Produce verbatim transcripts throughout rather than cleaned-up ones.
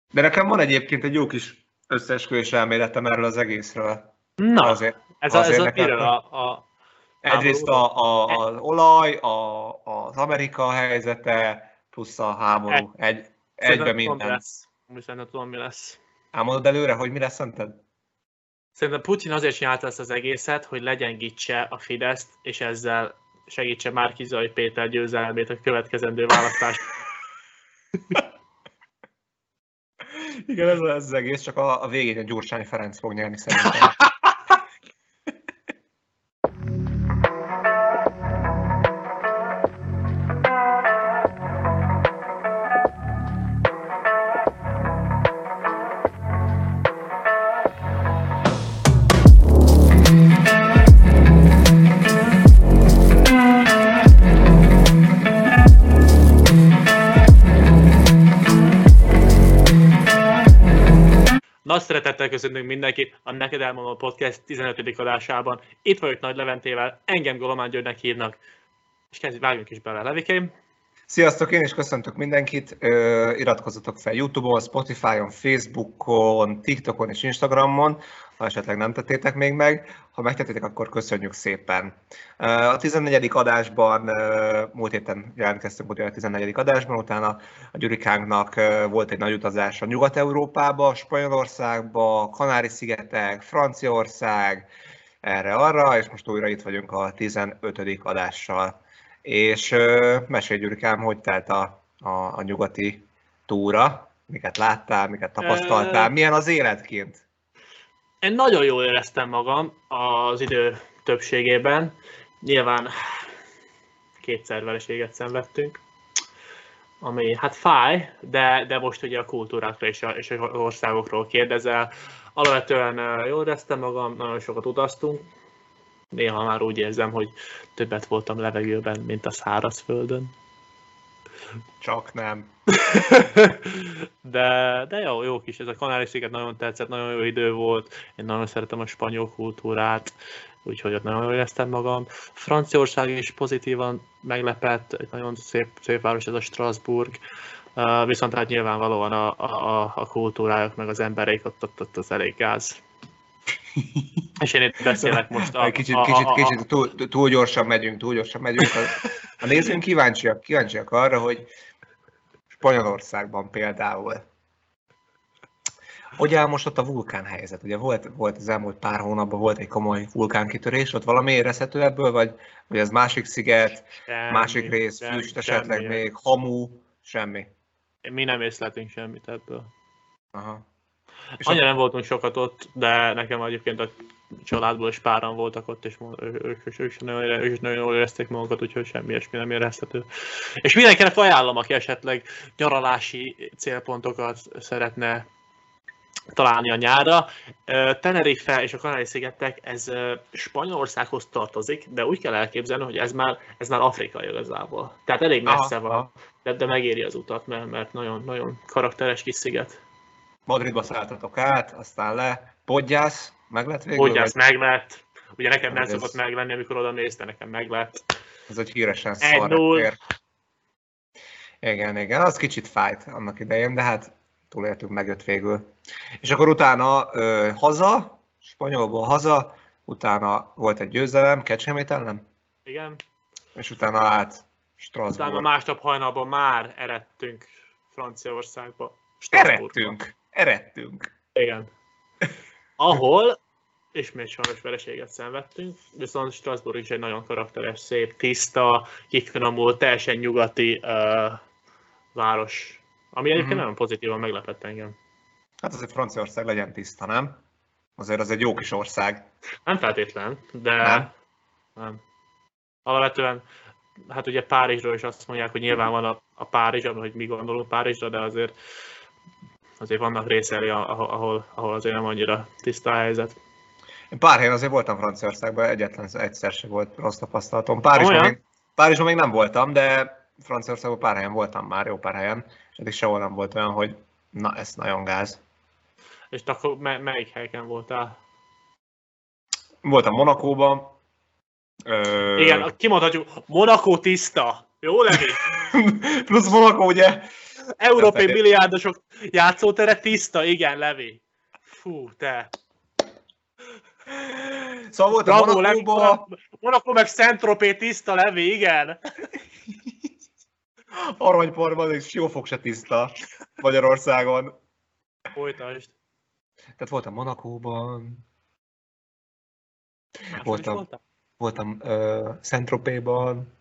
De nekem van egyébként egy jó kis összeesküvés elméletem erről az egészről. Na, azért, ez, a, ez a nekem, miről? A, a egyrészt a, a, az olaj, a, az Amerika helyzete, plusz a háború. Egy, egybe minden. Szerintem tudom, mi lesz. Elmondod előre, hogy mi lesz szerinted? Szerintem Putyin azért csinálta ezt az egészet, hogy legyengítse a Fideszt, és ezzel segítse Márki-Zay Péter győzelmét a következendő választás. Igen, ez az, az egész, csak a, a végén a Gyurcsány Ferenc fog nyerni szerintem. Nagy szeretettel köszöntünk mindenkit a Neked Elmondom Podcast tizenötödik adásában. Itt vagyok Nagy Leventével, engem Golomán Györgynek hívnak, és kezdjük, vágjunk is bele, Levikeim. Sziasztok, én is köszöntök mindenkit, Ö, iratkozzatok fel YouTube-on, Spotify-on, Facebookon, TikTokon és Instagramon, ha esetleg nem tettétek még meg. Ha megtettétek, akkor köszönjük szépen. A tizennegyedik adásban, múlt héten jelentkeztünk ugye a tizennegyedik adásban, utána a Gyurikánknak volt egy nagy utazás a Nyugat-Európába, Spanyolországba, Kanári-szigetek, Franciaország, erre-arra, és most újra itt vagyunk a tizenötödik adással. És uh, mesélj, Gyurikám, hogy telt a, a, a nyugati túra, miket láttál, miket tapasztaltál, milyen az életként? Én nagyon jól éreztem magam az idő többségében. Nyilván kétszer vereséget szenvedtünk, ami hát fáj, de, de most ugye a kultúrákra és, a, és az országokról kérdezel. Alapvetően jól éreztem magam, nagyon sokat utaztunk. Néha már úgy érzem, hogy többet voltam levegőben, mint a szárazföldön. Csak nem. de, de jó, jó kis, ez a Kanári-sziget nagyon tetszett, nagyon jó idő volt. Én nagyon szeretem a spanyol kultúrát, úgyhogy ott nagyon jól éreztem magam. Franciaország is pozitívan meglepett, egy nagyon szép, szép város ez a Strasbourg. Uh, viszont hát nyilvánvalóan a, a, a kultúrájuk, meg az emberek ott, ott, ott az elég gáz. És én itt beszélek most a... Kicsit, a, kicsit, a, a, kicsit túl, túl gyorsan megyünk, túl gyorsan megyünk. A, a nézőink kíváncsiak, kíváncsiak arra, hogy Spanyolországban például, hogy áll most ott a vulkánhelyzet? Ugye volt, volt az elmúlt pár hónapban volt egy komoly vulkánkitörés, ott valami érezhető ebből, vagy, vagy ez másik sziget, semmi, semmi rész, semmi, füst esetleg semmi. Még, hamu, semmi? Mi nem észleltünk semmit ebből. Aha. Annyira nem voltunk sokat ott, de nekem egyébként a családból is páran voltak ott, és ők, ők, ők, ők nagyon, nagyon jól érezték magukat, úgyhogy semmi ilyesmi nem érezhető. És mindenkinek ajánlom, aki esetleg nyaralási célpontokat szeretne találni a nyárra. Tenerife és a Kanári-szigetek, ez Spanyolországhoz tartozik, de úgy kell elképzelni, hogy ez már, ez már Afrika igazából. Tehát elég messze aha, van, de, de megéri az utat, mert, mert nagyon, nagyon karakteres kis sziget. Madridba szálltatok át, aztán le. Podgyász, meg lett végül? Podgyász meg lett. Ugye nekem nem szokott meglenni, amikor oda nézte, nekem meg lett. Ez egy híresen szar. Igen, igen, az kicsit fájt annak idején, de hát túléltünk, megjött végül. És akkor utána ö, haza, Spanyolból haza, utána volt egy győzelem, Kecskemét ellen? Igen. És utána át Strasbourg. Utána másnap hajnalban már eredtünk Franciaországba. Eredtünk, eredtünk. Igen. Ahol ismét sajnos vereséget szenvedtünk, viszont Strasbourg is egy nagyon karakteres, szép, tiszta, kifinomult, teljesen nyugati uh, város, ami egyébként mm-hmm. nagyon pozitívan meglepett engem. Hát azért Franciaország legyen tiszta, nem? Azért az egy jó kis ország. Nem feltétlen, de nem. nem. Alapvetően, hát ugye Párizsról is azt mondják, hogy nyilván van a, a Párizs, hogy mi gondolunk Párizsra, de azért azért vannak részei, ahol, ahol azért nem annyira tiszta a helyzet. Én pár helyen azért voltam Franciaországban, egyetlen egyszer se volt rossz tapasztalatom. Párizsban még, Párizsban még nem voltam, de Franciaországban pár helyen voltam már, jó pár helyen, és eddig sehol nem volt olyan, hogy na, ez nagyon gáz. És akkor mely, melyik helyeken voltál? Voltam Monacóban. Ö... Igen, kimondhatjuk, Monaco tiszta. Jó, Levi? Plusz Monaco, ugye? Európai milliárdosok játszótere tiszta, igen, Levi. Fú, te. Szóval volt a Monacóban. Monaco meg Saint-Tropez tiszta, Levi, igen. Aranyparban és Siófok se tiszta Magyarországon. Folytasd. Tehát voltam Monacóban. Voltam, voltam uh, Saint-Tropez-ban.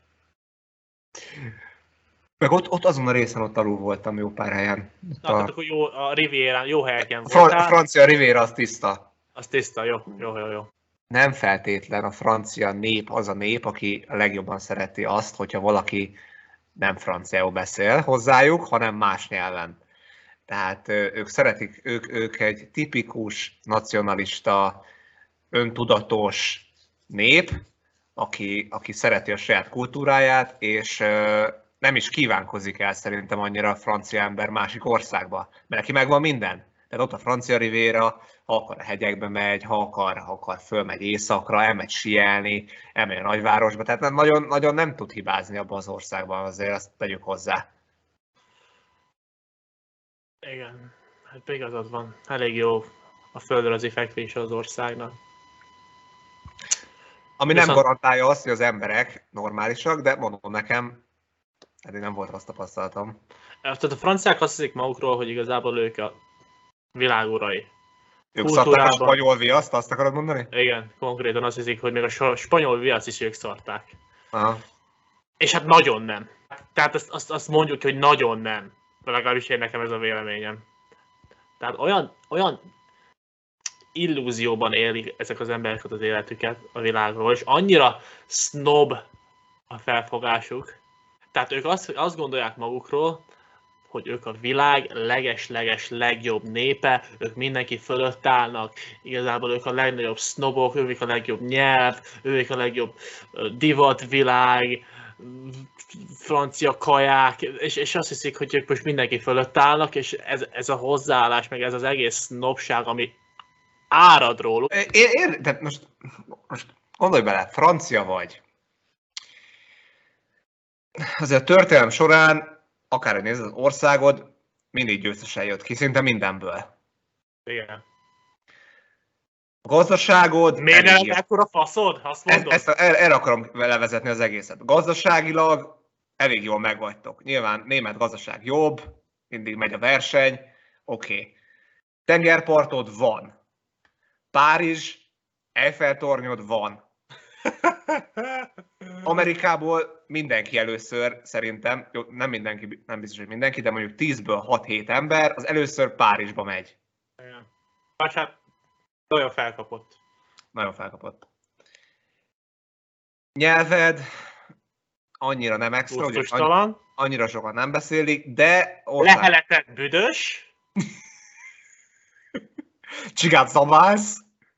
Meg ott, ott azon a részen ott alul voltam jó pár helyen. Na, a... tehát akkor jó, a Rivierán, jó helyeken a voltál. A francia Riviera az tiszta. Az tiszta, jó, jó, jó, jó. Nem feltétlen a francia nép az a nép, aki a legjobban szereti azt, hogyha valaki nem franciául beszél hozzájuk, hanem más nyelven. Tehát ők szeretik, ők, ők egy tipikus, nacionalista, öntudatos nép, aki, aki szereti a saját kultúráját, és nem is kívánkozik el szerintem annyira a francia ember másik országba, mert neki megvan minden. Tehát ott a francia riviera, ha akar a hegyekbe megy, ha akar, ha akar fölmegy északra, elmegy síelni, elmegy a nagyvárosba, tehát nem, nagyon, nagyon nem tud hibázni abban az országban, azért azt tegyük hozzá. Igen, hát igazad van. Elég jó a földrajzi fekvése az országnak. Ami Viszont... nem garantálja azt, hogy az emberek normálisak, de mondom nekem, eddig nem volt rossz tapasztalatom. Tehát a franciák azt hiszik magukról, hogy igazából ők a világ urai. Ők szarták a spanyol viaszt, azt akarod mondani? Igen, konkrétan azt hiszik, hogy még a spanyol viaszt is ők szarták. Aha. És hát nagyon nem. Tehát azt, azt, azt mondjuk, hogy nagyon nem. De legalábbis én nekem ez a véleményem. Tehát olyan, olyan illúzióban élik ezek az emberek az életüket a világról, és annyira snob a felfogásuk. Tehát ők azt, azt gondolják magukról, hogy ők a világ leges-leges legjobb népe, ők mindenki fölött állnak, igazából ők a legnagyobb sznobok, ők a legjobb nyelv, ők a legjobb divatvilág, francia kaják, és, és azt hiszik, hogy ők most mindenki fölött állnak, és ez, ez a hozzáállás, meg ez az egész sznobság, ami árad róluk. Én, én, de most, most gondolj bele, francia vagy. Azért a történelem során akárhogy nézed az országod, mindig győztesen jött ki, szinte mindenből. Igen. A gazdaságod... Miért nem ekkora faszod? Azt mondod? Ezt, ezt, erre akarom levezetni az egészet. Gazdaságilag elég jól megvagytok. Nyilván német gazdaság jobb, mindig megy a verseny, oké. Okay. Tengerpartod van. Párizs, Eiffel-tornyod van. Amerikából mindenki először, szerintem, jó, nem mindenki, nem biztos, hogy mindenki, de mondjuk tízből hat-hét ember, az először Párizsba megy. Igen. Vagy hát nagyon felkapott. Nagyon felkapott. Nyelved annyira nem extra, hogy annyi, annyira sokat nem beszélik, de... Ország... Leheleted büdös. Csigát szabálsz.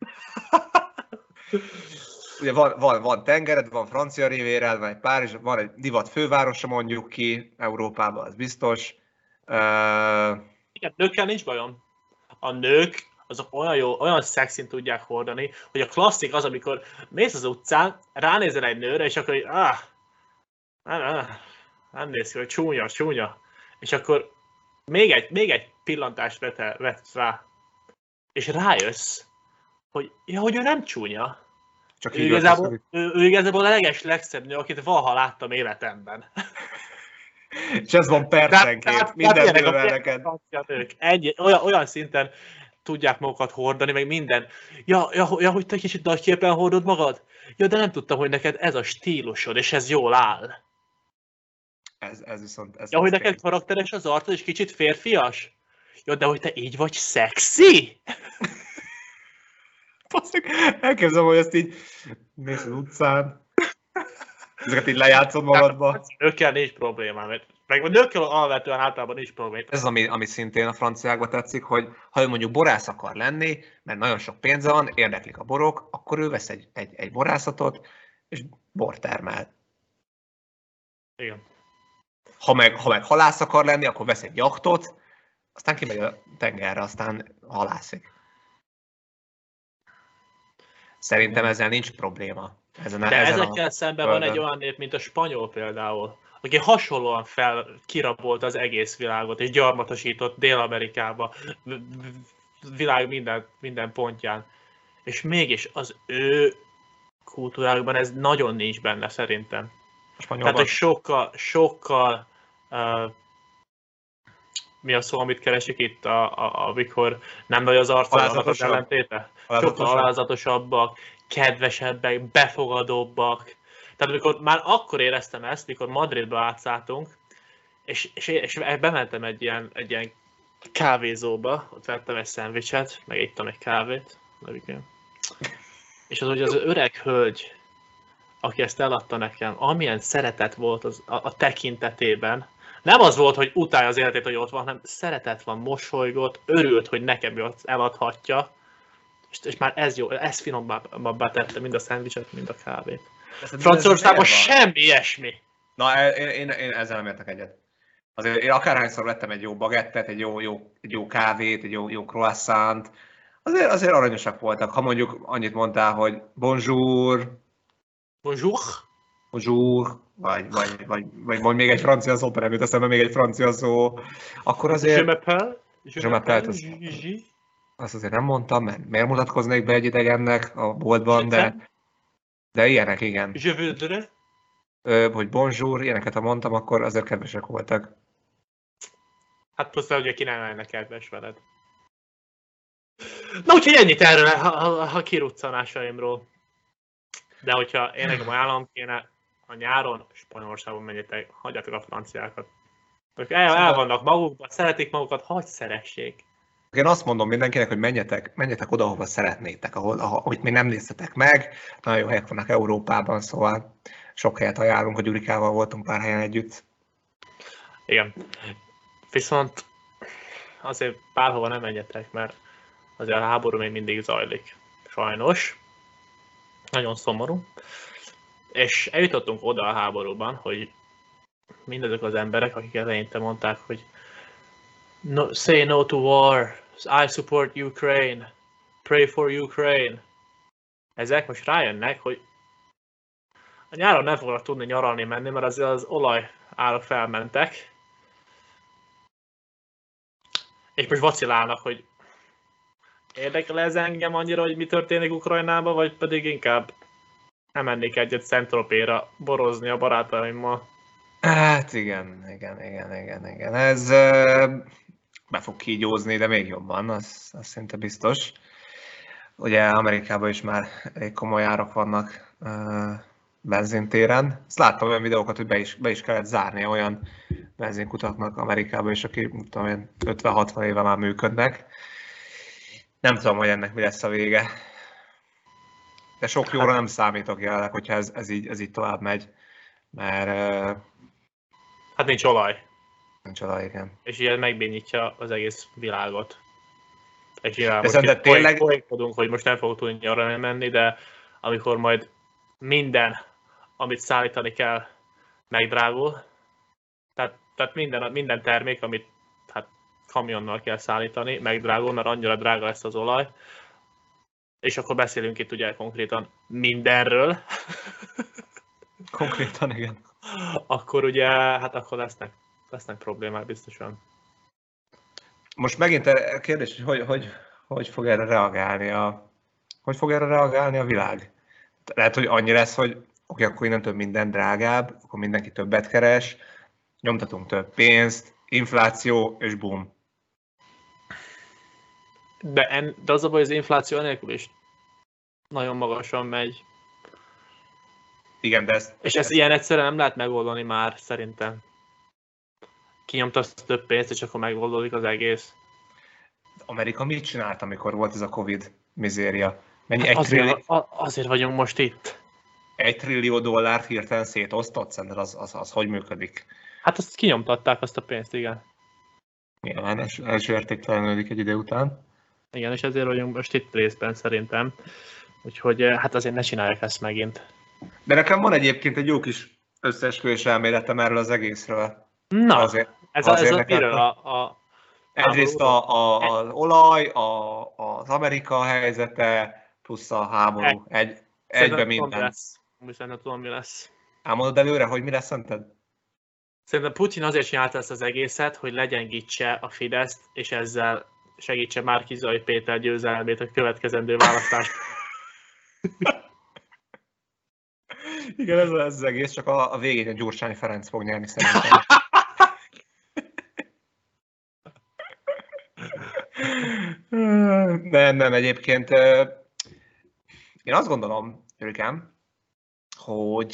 Ugye van, van, van tengered, van francia rivéred, van egy Párizs, van egy divat fővárosa mondjuk ki Európában, az biztos. Uh... Igen, nőkkel nincs bajom. A nők azok olyan jó, olyan szexin tudják hordani, hogy a klasszik az, amikor mész az utcán, ránézel egy nőre, és akkor ah, nem, nem, nem néz ki, hogy csúnya, csúnya. És akkor még egy, még egy pillantást vet, vet rá, és rájössz, hogy, ja, hogy ő nem csúnya. Csak ő, igazából, ő, ő igazából a leges legszebb nő, akit valaha láttam életemben. És ez van percenként, minden nővel neked. Ennyi, olyan, olyan szinten tudják magukat hordani, meg minden. Ja, ja, ja, hogy te kicsit nagyképpen hordod magad? Ja, de nem tudtam, hogy neked ez a stílusod, és ez jól áll. Ez, ez viszont... Ez ja, hogy neked tény. Karakteres az arcod, és kicsit férfias? Ja, de hogy te így vagy szexi? Elképzelem, hogy ezt így mész az utcán, ezeket így lejátszod magadba. Nőkkel nincs problémám, meg nőkkel alapvetően általában nincs problémám. Ez az, ami, ami szintén a franciákban tetszik, hogy ha ő mondjuk borász akar lenni, mert nagyon sok pénze van, érdeklik a borok, akkor ő vesz egy, egy, egy borászatot, és bort termel. Igen. Ha meg, ha meg halász akar lenni, akkor vesz egy jachtot, aztán kimegy a tengerre, aztán halászik. Szerintem ezzel nincs probléma. Ezen, de ezen ezekkel a... szemben van egy olyan nép, mint a spanyol például, aki hasonlóan fel kirabolt az egész világot, és gyarmatosított Dél-Amerikába, világ minden, minden pontján. És mégis az ő kultúrákban ez nagyon nincs benne szerintem. Tehát, hogy sokkal, sokkal uh, mi a szó, amit keresik itt, a, a, amikor nem nagy az arca, annak az ellentéte? Sokkal alázatosabbak, kedvesebbek, befogadóbbak. Tehát amikor már akkor éreztem ezt, mikor Madridba átszálltunk, és, és, és bementem egy ilyen, egy ilyen kávézóba, ott vettem egy szendvicset, meg ittam egy kávét, és az, hogy az öreg hölgy, aki ezt eladta nekem, amilyen szeretet volt az, a, a tekintetében, nem az volt, hogy utálja az életét, hogy ott van, hanem szeretet van, mosolygott, örült, hogy nekem eladhatja, és, és már ez jó, ez finomabbá tette mind a szendvicset, mind a kávét. Franciaországban semmi ilyesmi. Na, én, én, én ezzel nem értek egyet. Azért én akárhányszor vettem egy jó bagettet, egy jó, jó, egy jó kávét, egy jó, jó croissant, azért, azért aranyosak voltak. Ha mondjuk annyit mondtál, hogy bonjour, bonjour, bonjour, vagy, vagy, vagy, vagy mondj még egy francia szó, nem jut eszembe még egy francia szó, akkor azért... Je m'appelle, je m'appelle, az, azt azért nem mondtam, mert miért mutatkoznék be egy idegennek a boltban, de, de ilyenek, igen. Je voudrais. Hogy bonjour, ilyeneket ha mondtam, akkor azért kedvesek voltak. Hát plusz, hogy ki nem lenne kedves veled. Na úgyhogy ennyit erről a, a, a kiruccanásaimról. De hogyha én nekem ajánlom kéne, a nyáron Spanyolországban menjetek, hagyjátok a franciákat. Ők el, el vannak magukban, szeretik magukat, hadd szeressék. Én azt mondom mindenkinek, hogy menjetek, menjetek oda, ahova szeretnétek, ahol, ahol, amit még nem néztetek meg. Nagyon jó helyek vannak Európában, szóval sok helyet ajánlunk, hogy Gyurikával voltunk pár helyen együtt. Igen. Viszont azért bárhova nem menjetek, mert azért a háború még mindig zajlik. Sajnos. Nagyon szomorú. És eljutottunk oda a háborúban, hogy mindazok az emberek, akik eleinte mondták, hogy no, say no to war, I support Ukraine, pray for Ukraine. Ezek most rájönnek, hogy a nyáron nem fognak tudni nyaralni menni, mert azért az olaj árak felmentek. És most vacilálnak, hogy érdekel ez engem annyira, hogy mi történik Ukrajnában, vagy pedig inkább nem mennék egyet Saint-Tropéra borozni a barátaimmal. Hát igen, igen, igen, igen, igen. Ez uh, be fog kígyózni, de még jobban, az, az szinte biztos. Ugye Amerikában is már elég komoly árak vannak uh, benzintéren. Ezt láttam olyan videókat, hogy be is, be is kellett zárni olyan benzinkutaknak Amerikában is, akik ötven-hatvan éve már működnek. Nem tudom, hogy ennek mi lesz a vége. De sok jóra nem számítok jelenleg, hogyha ez, ez, így, ez így tovább megy. Mert... Uh, hát nincs olaj. Nincs olaj, igen. És ilyen megbénítja az egész világot. És nyilván most itt tényleg... poénkodunk, hogy most nem fogunk tudni nyarra menni, de amikor majd minden, amit szállítani kell, megdrágul, tehát, tehát minden, minden termék, amit hát, kamionnal kell szállítani, megdrágul, mert annyira drága lesz az olaj, és akkor beszélünk itt ugye konkrétan mindenről. Konkrétan, igen. Akkor ugye, hát akkor lesznek, lesznek problémák biztosan. Most megint a kérdés, hogy hogy, hogy, hogy fog erre reagálni a, hogy fog erre reagálni a világ? Lehet, hogy annyi lesz, hogy oké, akkor innentől minden drágább, akkor mindenki többet keres, nyomtatunk több pénzt, infláció, és boom. De, en, de az a baj, az infláció nélkül is nagyon magasan megy. Igen, de ezt... És ezt, ezt ilyen egyszerűen nem lehet megoldani már, szerintem. Kinyomtasz több pénzt, és akkor megoldódik az egész. Amerika mit csinált, amikor volt ez a Covid mizéria? Mennyi, hát egy azért, trilli... azért vagyunk most itt. Egy trillió dollárt hirtelen szétosztott, szerinted az, az, az hogy működik? Hát azt kinyomtatták, azt a pénzt, igen. Nyilván első értéktelenődik egy idő után. Igen, és ezért vagyunk most itt részben szerintem. Úgyhogy hát azért ne csinálják ezt megint. De nekem van egyébként egy jó kis összeesküvés elméletem erről az egészről. Na, azért, ez, azért ez a miről a... a egyrészt a, a, az olaj, a, az Amerika helyzete, plusz a háború. Egy, egybe minden. Mi szerintem tudom, mi lesz. Elmondod előre, hogy mi lesz szerinted? Szerintem Putyin azért csinálta ezt az egészet, hogy legyengítse a Fideszt, és ezzel segítse Márki-Zay Péter győzelmét a következendő választás. Igen, ez az, az egész, csak a, a végén a Gyurcsány Ferenc fog nyerni szerintem. Nem, nem, egyébként én azt gondolom, Jürgen, hogy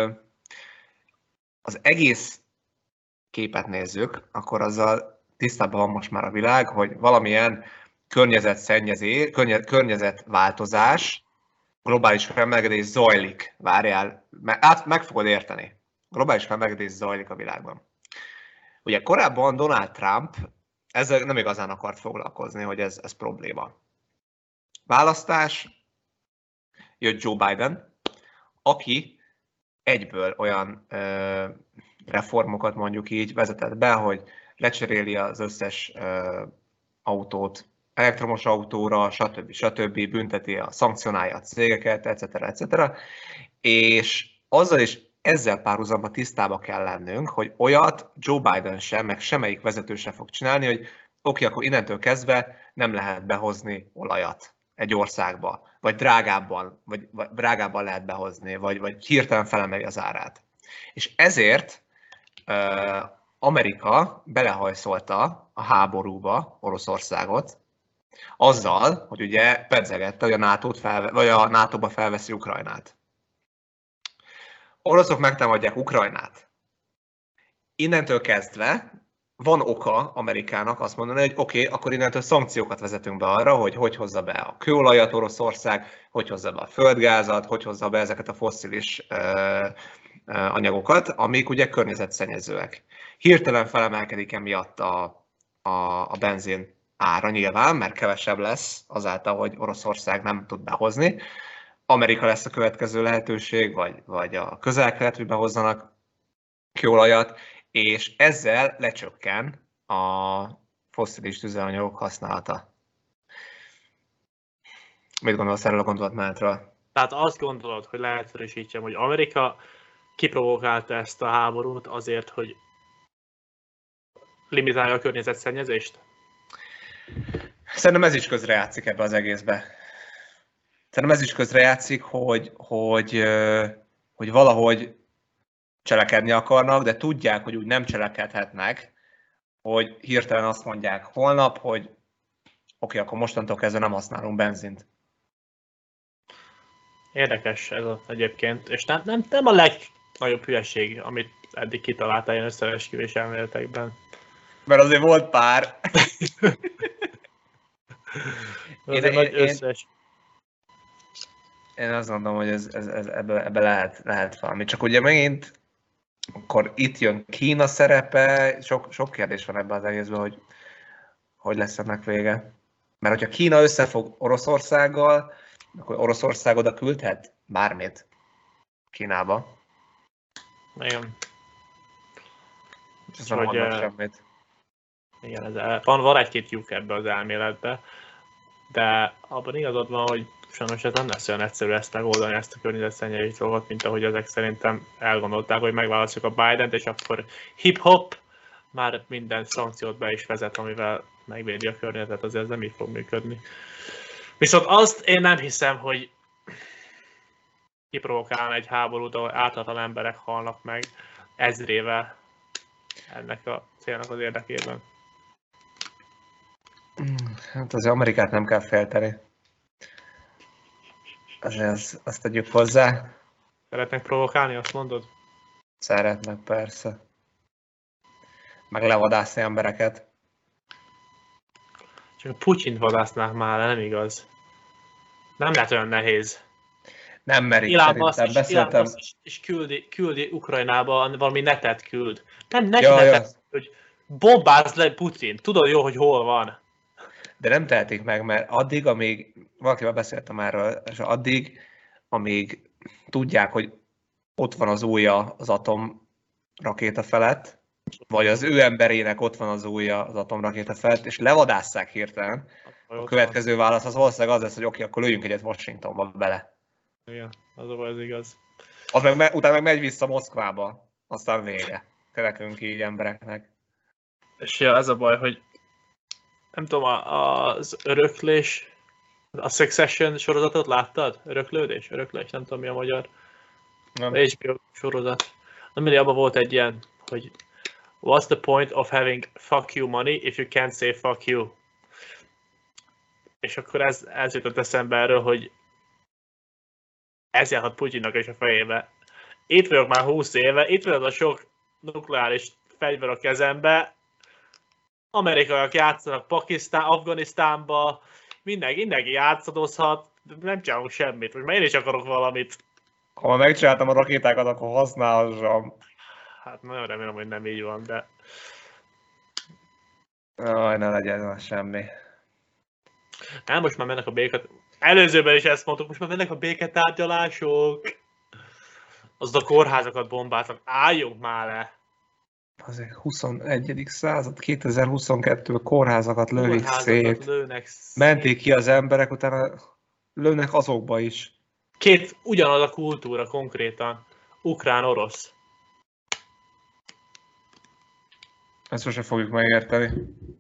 az egész képet nézzük, akkor azzal tisztában van most már a világ, hogy valamilyen környezetszennyezés, környe, környezetváltozás, globális felmelegedés zajlik. Várjál, át meg fogod érteni. Globális felmelegedés zajlik a világban. Ugye korábban Donald Trump ezzel nem igazán akart foglalkozni, hogy ez, ez probléma. Választás, jött Joe Biden, aki egyből olyan ö, reformokat mondjuk így vezetett be, hogy lecseréli az összes ö, autót elektromos autóra, stb. stb. Bünteti, a szankcionálja a cégeket, et cetera et cetera. És azzal is ezzel párhuzamban tisztába kell lennünk, hogy olyat Joe Biden sem, meg semmelyik vezető sem fog csinálni, hogy oké, okay, akkor innentől kezdve nem lehet behozni olajat egy országba, vagy drágábban, vagy, vagy drágábban lehet behozni, vagy, vagy hirtelen felemeli az árát. És ezért uh, Amerika belehajszolta a háborúba Oroszországot, azzal, hogy ugye pedzegette, hogy a nátót felve, vagy a nátóba felveszi Ukrajnát. Oroszok megtámadják Ukrajnát. Innentől kezdve van oka Amerikának azt mondani, hogy oké, okay, akkor innentől szankciókat vezetünk be arra, hogy hogy hozza be a kőolajat Oroszország, hogy hozza be a földgázat, hogy hozza be ezeket a fosszilis ö, ö, anyagokat, amik ugye környezetszennyezőek. Hirtelen felemelkedik emiatt a, a, a benzin ára nyilván, mert kevesebb lesz azáltal, hogy Oroszország nem tud behozni. Amerika lesz a következő lehetőség, vagy, vagy a közel-kelet, hogy behozzanak kőolajat, és ezzel lecsökken a fosszilis tüzelőanyagok használata. Mit gondolsz erről a gondolatmenetről? Tehát azt gondolod, hogy lehetősítsem, hogy Amerika kiprovokálta ezt a háborút azért, hogy limitálja a környezetszennyezést? Szerintem ez is közrejátszik ebbe az egészbe. Szerintem ez is közrejátszik, hogy, hogy, hogy valahogy cselekedni akarnak, de tudják, hogy úgy nem cselekedhetnek, hogy hirtelen azt mondják holnap, hogy oké, okay, akkor mostantól kezdve nem használunk benzint. Érdekes ez az egyébként, és nem, nem, nem a legnagyobb hülyeség, amit eddig kitaláltál ilyen összeesküvés elméletekben. Mert azért volt pár. én, én, nagy összes. Én azt gondolom, hogy ez, ez, ez, ebbe, ebbe lehet, lehet valami. Csak ugye megint, akkor itt jön Kína szerepe, sok, sok kérdés van ebben az egészben, hogy hogy lesz ennek vége. Mert hogyha Kína összefog Oroszországgal, akkor Oroszország oda küldhet bármit Kínába. Igen. És nem mondanak semmit. Igen, ez, van, van egy-két lyuk ebbe az elméletbe, de abban igazad van, hogy sajnos ez nem lesz olyan egyszerű ezt megoldani, ezt a környezetszennyezés dolgot, mint ahogy ezek szerintem elgondolták, hogy megválasztjuk a Bident, és akkor hip-hop már minden szankciót be is vezet, amivel megvédi a környezetet, azért ez nem így fog működni. Viszont azt én nem hiszem, hogy kiprovokálna egy háborút, ahol ártatlan emberek halnak meg ezrével ennek a célnak az érdekében. Hát azért Amerikát nem kell félteni. Azért azt, azt tegyük hozzá. Szeretnek provokálni, azt mondod? Szeretnek, persze. Meg levadászni embereket. Csak a Putyint vadásznák már, nem igaz. Nem lehet olyan nehéz. Nem merik, Ilánba szerintem. Beszéltem. És, és küldi, küldi Ukrajnába, valami netet küld. Nem, neki ja, netet, ja. hogy bombázd le Putyin. Tudod jó, hogy hol van. De nem tehetik meg, mert addig, amíg, valakivel beszéltem erről, és addig, amíg tudják, hogy ott van az ujja az atomrakéta felett, vagy az ő emberének ott van az ujja az atomrakéta felett, és levadásszák hirtelen, a következő válasz az valószínűleg az lesz, hogy oké, okay, akkor lőjünk egyet Washingtonba bele. Igen, az az igaz. Az meg, utána meg megy vissza Moszkvába, aztán vége. kerekünk így embereknek. És ja, ez a baj, hogy nem tudom, az öröklés, a Succession sorozatot láttad? Öröklődés? Öröklés? Nem tudom mi a magyar. Nem. há bé o sorozat. Nem mindig abban volt egy ilyen, hogy what's the point of having fuck you money if you can't say fuck you? És akkor ez, ez jutott eszembe erről, hogy ez járhat Putyinnak is a fejébe. Itt vagyok már húsz éve, itt van az a sok nukleáris fegyver a kezembe, amerikaiak játszanak Pakisztán, Afganisztánba, mindenki, mindenki játszadozhat, nem csinálunk semmit, most már én is akarok valamit. Ha már megcsináltam a rakétákat, akkor használhassam. Hát nagyon remélem, hogy nem így van, de... Jaj, ne legyen az semmi. Nem, most már mennek a béket... Előzőben is ezt mondtuk, most már mennek a béketárgyalások. Az a kórházakat bombáznak, álljunk már le! Azért huszonegyedik század, kétezer-huszonkettő kórházakat lövik szét. Lőnek szét. Menték ki az emberek, utána lőnek azokba is. Két ugyanaz a kultúra konkrétan. Ukrán-orosz. Ezt sose fogjuk megérteni.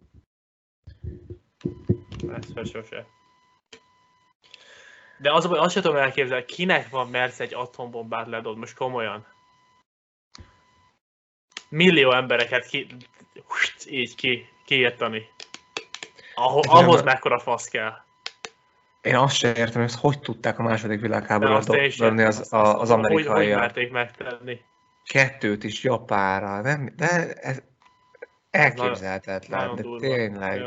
Ezt sose. De az, azt sem tudom elképzelni, kinek van mersz egy atombombát ledob, most komolyan. Millió embereket ki, így ki, kiírtani. Ahhoz, ahhoz mekkora fasz kell. Én azt sem értem, hogy ezt hogy tudták a második világháborúban dobni az, azt, az, az amerikaiak. Hogy, hogy merték megtenni? Kettőt is Japánra, nem? De ez elképzelhetetlen, de durva. tényleg.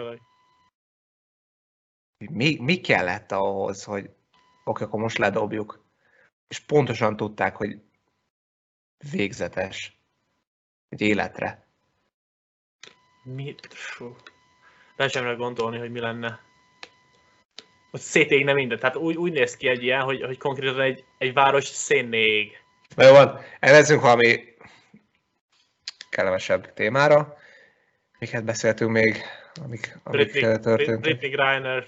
Mi, mi kellett ahhoz, hogy oké, akkor most ledobjuk. És pontosan tudták, hogy végzetes. Egy életre. Mi? Fú. Nem semre gondolni, hogy mi lenne. Hogy szétégne minden. Tehát úgy, úgy néz ki egy ilyen, hogy, hogy konkrétan egy, egy város szénné ég. Na jó van, elvezzünk valami kellemesebb témára. Miket beszéltünk még, amik, amik Britney, történtek? Britney Griner.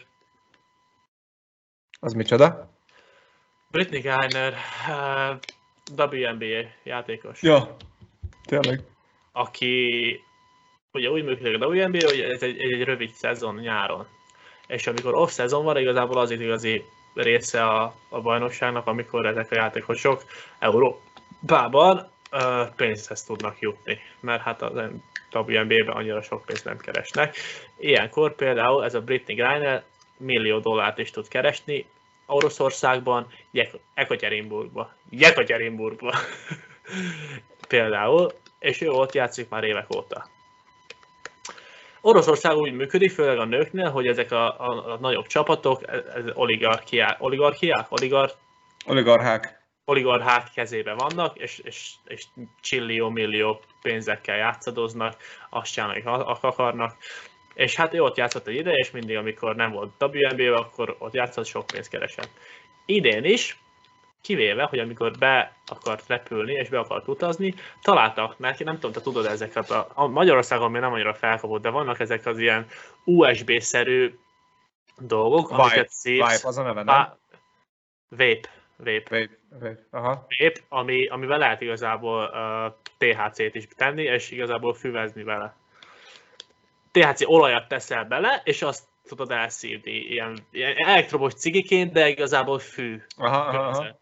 Az micsoda? Britney Griner, uh, dupla vé en bé á játékos. Ja, tényleg. Aki ugye úgy működik a dupla vé en bé á, hogy ez egy, egy rövid szezon nyáron. És amikor off-szezon van, igazából az itt igazi része a, a bajnokságnak, amikor ezek a játékosok Európában uh, pénzhez tudnak jutni. Mert hát a dupla vé en bé á-ben annyira sok pénzt nem keresnek. Ilyenkor például ez a Britney Griner millió dollárt is tud keresni Oroszországban, Ekaterinburgban. Ekaterinburgban. Például, és ő ott játszik már évek óta. Oroszország úgy működik, főleg a nőknél, hogy ezek a, a, a nagyobb csapatok, ez oligarchiák, oligarchiák, oligar, oligarchák. oligarchák kezében vannak, és, és, és csillió-millió pénzekkel játszadoznak, azt csinálnak, azt akarnak. És hát ő ott játszott egy ideje, és mindig, amikor nem volt dupla vé en bé á, akkor ott játszott, sok pénzt keresett. Idén is, kivéve, hogy amikor be akart repülni, és be akart utazni, találtak neki, nem tudom, te tudod ezeket, a, a Magyarországon még nem annyira felkapott, de vannak ezek az ilyen u es bé-szerű dolgok, Vibe, amiket szívsz. Vibe, az a neve, nem? Á, vape. Vape. Vape, vape. Aha. Vape, ami, amivel lehet igazából uh, té há cét is tenni, és igazából füvezni vele. té há cé olajat teszel bele, és azt tudod elszívni, ilyen, ilyen elektromos cigiként, de igazából fű. Aha, aha.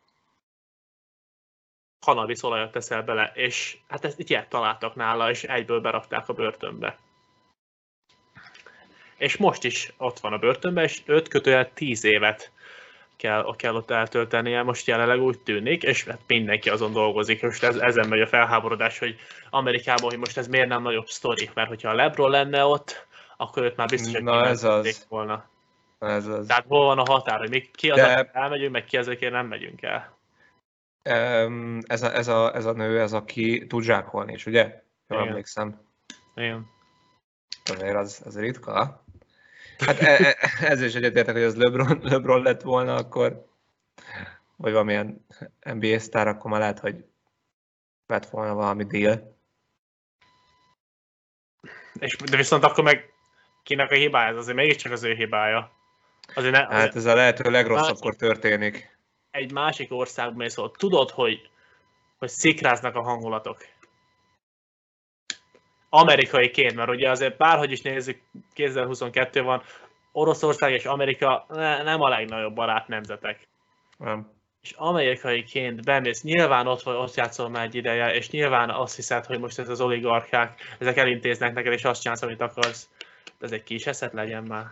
Cannabis olajat teszel bele, és hát ezt ilyet találtak nála, és egyből berakták a börtönbe. És most is ott van a börtönben, és öt kötőjel tíz évet kell, kell ott eltöltenie, most jelenleg úgy tűnik, és hát mindenki azon dolgozik, most ez, ezen megy a felháborodás, hogy Amerikában, hogy most ez miért nem nagyobb sztori, mert hogyha a LeBron lenne ott, akkor őt már biztos, hogy kimentették volna. Ez az. Tehát hol van a határ, hogy mi, ki az, De... akik elmegyünk, meg ki az, akik nem megyünk el. Ez a, ez, a, ez a nő, ez aki tud zsákolni is, ugye? Jól emlékszem. Igen. Azért az, az ritka. Hát e, e, ez is egyetértek, hogy az LeBron, LeBron lett volna, akkor vagy valamilyen en bé á sztár, akkor már lehet, hogy lett volna valami deal. És, de viszont akkor meg kinek a hibája? Ez azért mégiscsak az ő hibája. Azért ne, hát ez a lehető legrosszabbkor történik. Egy másik országban is, szóval tudod, hogy, hogy szikráznak a hangulatok. amerikaiként, mert ugye azért bárhogy is nézzük, kétezer-huszonkettő van, Oroszország és Amerika ne, nem a legnagyobb barát nemzetek. Nem. És amerikaiként bemész, nyilván ott, ott játszol már egy ideje, és nyilván azt hiszed, hogy most ez az oligarchák, ezek elintéznek neked, és azt csinálsz, amit akarsz. De ez egy kis eszet legyen már.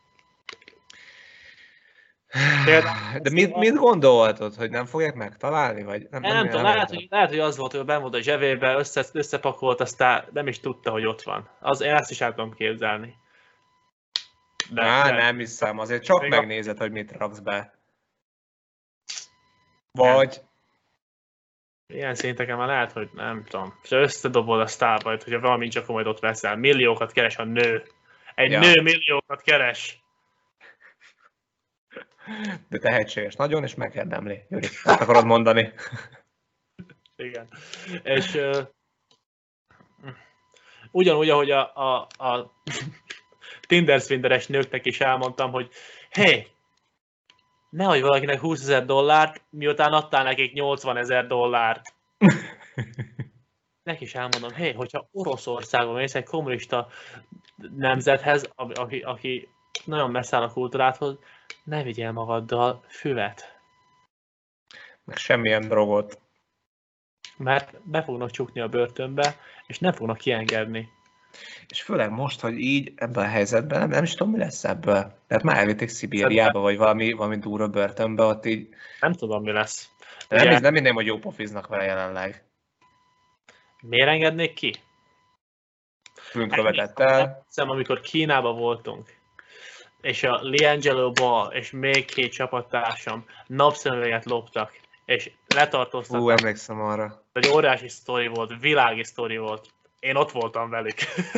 Például, de mit, mit gondoltad, hogy nem fogják megtalálni? Vagy nem, nem, nem tudom, lehet hogy, lehet, hogy az volt, hogy benn volt a zsebébe, össze, összepakolt, aztán nem is tudta, hogy ott van. Az, én ezt is el tudom képzelni. De, Á, de, nem hiszem, azért csak megnézed, a... hogy mit raksz be. Vagy... Nem. Ilyen szinteken már lehet, hogy nem tudom. És összedobod a sztárbajt, hogyha valami csak majd ott veszel. Milliókat keres a nő. Egy ja. nő milliókat keres. De tehetséges nagyon, és megérdemli. Gyuri, ezt akarod mondani? Igen. És uh, ugyanúgy, ahogy a, a, a Tinder swinderes nőknek is elmondtam, hogy hé, nehogy valakinek húszezer dollárt, miután adtál nekik nyolcvanezer dollárt. Neki is elmondom, hé, hogyha Oroszországon mész egy kommunista nemzethez, aki, aki nagyon messze áll a kultúráthoz, ne vigyél magaddal füvet. Meg semmilyen drogot. Mert be fognak csukni a börtönbe, és nem fognak kiengedni. És főleg most, hogy így ebben a helyzetben, nem, nem is tudom, mi lesz ebből. Tehát már elvitték Szibériába, vagy valami, valami durva börtönbe, ott így... Nem tudom, mi lesz. De nem, Ugye... nem minden, hogy jó pofiznak vele jelenleg. Miért engednék ki? Bűnkövetettel. Hiszem, amikor Kínában voltunk, és a Liangelo Ball és még két csapattársam napszemüveget loptak, és letartóztattak. Hú, emlékszem arra. Egy óriási sztori volt, világi sztori volt. Én ott voltam velük.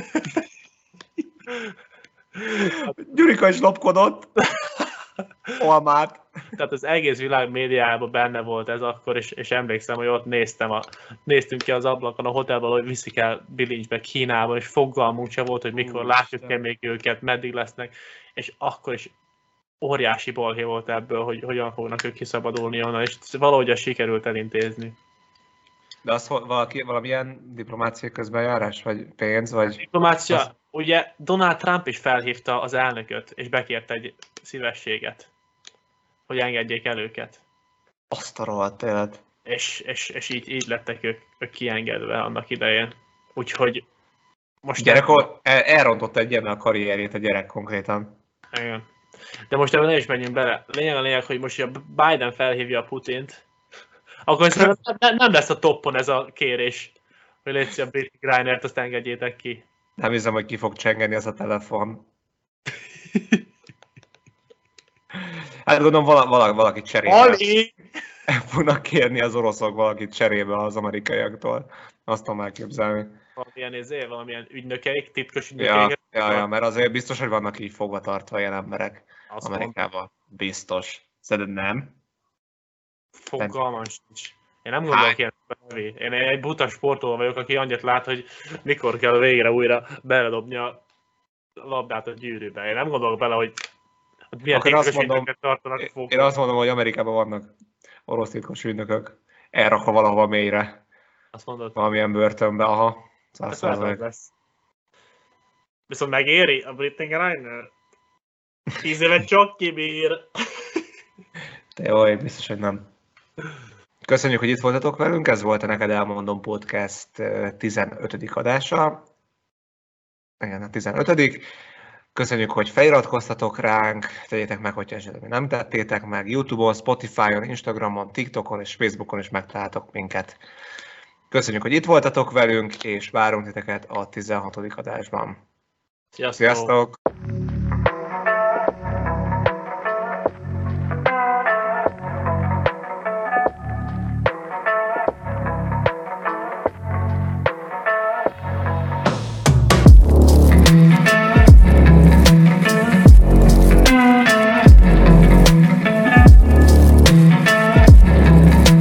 Gyurika is lopkodott. Olmát. Tehát az egész világ médiában benne volt ez akkor, és, és emlékszem, hogy ott néztem a, néztünk ki az ablakon a hotelban, hogy viszik el bilincsbe Kínába, és fogalmunk sem volt, hogy mikor látjuk-e még őket, meddig lesznek, és akkor is óriási balhé volt ebből, hogy hogyan fognak ők kiszabadulni onnan, és valahogy ezt sikerült elintézni. De az valaki, valamilyen diplomáciai közbenjárás, vagy pénz, vagy... A diplomácia, az... ugye Donald Trump is felhívta az elnököt, és bekért egy szívességet, hogy engedjék el őket. Azt a rohadt élet. És, és, és így, így lettek ők, ők kiengedve annak idején. Úgyhogy most... Gyerek el, elrontotta egy ilyen a karrierjét a gyerek konkrétan. Igen. De most ebben ne is menjünk bele. Lényeg a lényeg, hogy most a Biden felhívja a Putint, akkor nem lesz a toppon ez a kérés, hogy légy a Brit Greinert, azt engedjétek ki. Nem hiszem, hogy ki fog csengeni az a telefon. Hát gondolom vala, vala, valaki cserébe. Fognak kérni az oroszok valakit cserébe az amerikaiaktól. Azt tudom elképzelni. Valamilyen ezért, valamilyen ügynökeik, titkos ügynökeik. Ja, ja, ja, mert azért biztos, hogy vannak így fogva tartva ilyen emberek azt Amerikában. Mond. Biztos. Szerinted nem? Fogalmam sincs. Én nem gondolok ilyen bevé. Én egy buta sportoló vagyok, aki annyit lát, hogy mikor kell végre újra beledobni a labdát a gyűrűbe. Én nem gondolok bele, hogy, hogy milyen titkos ügynöket tartanak fogva. Én azt mondom, hogy Amerikában vannak orosz titkos ügynökök elrakva valahova mélyre. Azt mondod? Valamilyen börtönbe, aha. Ez lesz. Viszont megéri a Brit Greiner? Tíz évet csak kibír. Te jó, biztos, hogy nem. Köszönjük, hogy itt voltatok velünk, ez volt a Neked Elmondom Podcast tizenötödik adása. Igen, a tizenötödik Köszönjük, hogy feliratkoztatok ránk, tegyétek meg, hogyha esetleg nem tettétek meg. YouTube-on, Spotify-on, Instagramon, TikTokon és Facebookon is megtaláltok minket. Köszönjük, hogy itt voltatok velünk, és várunk titeket a tizenhatodik adásban. Sziasztok! Sziasztok.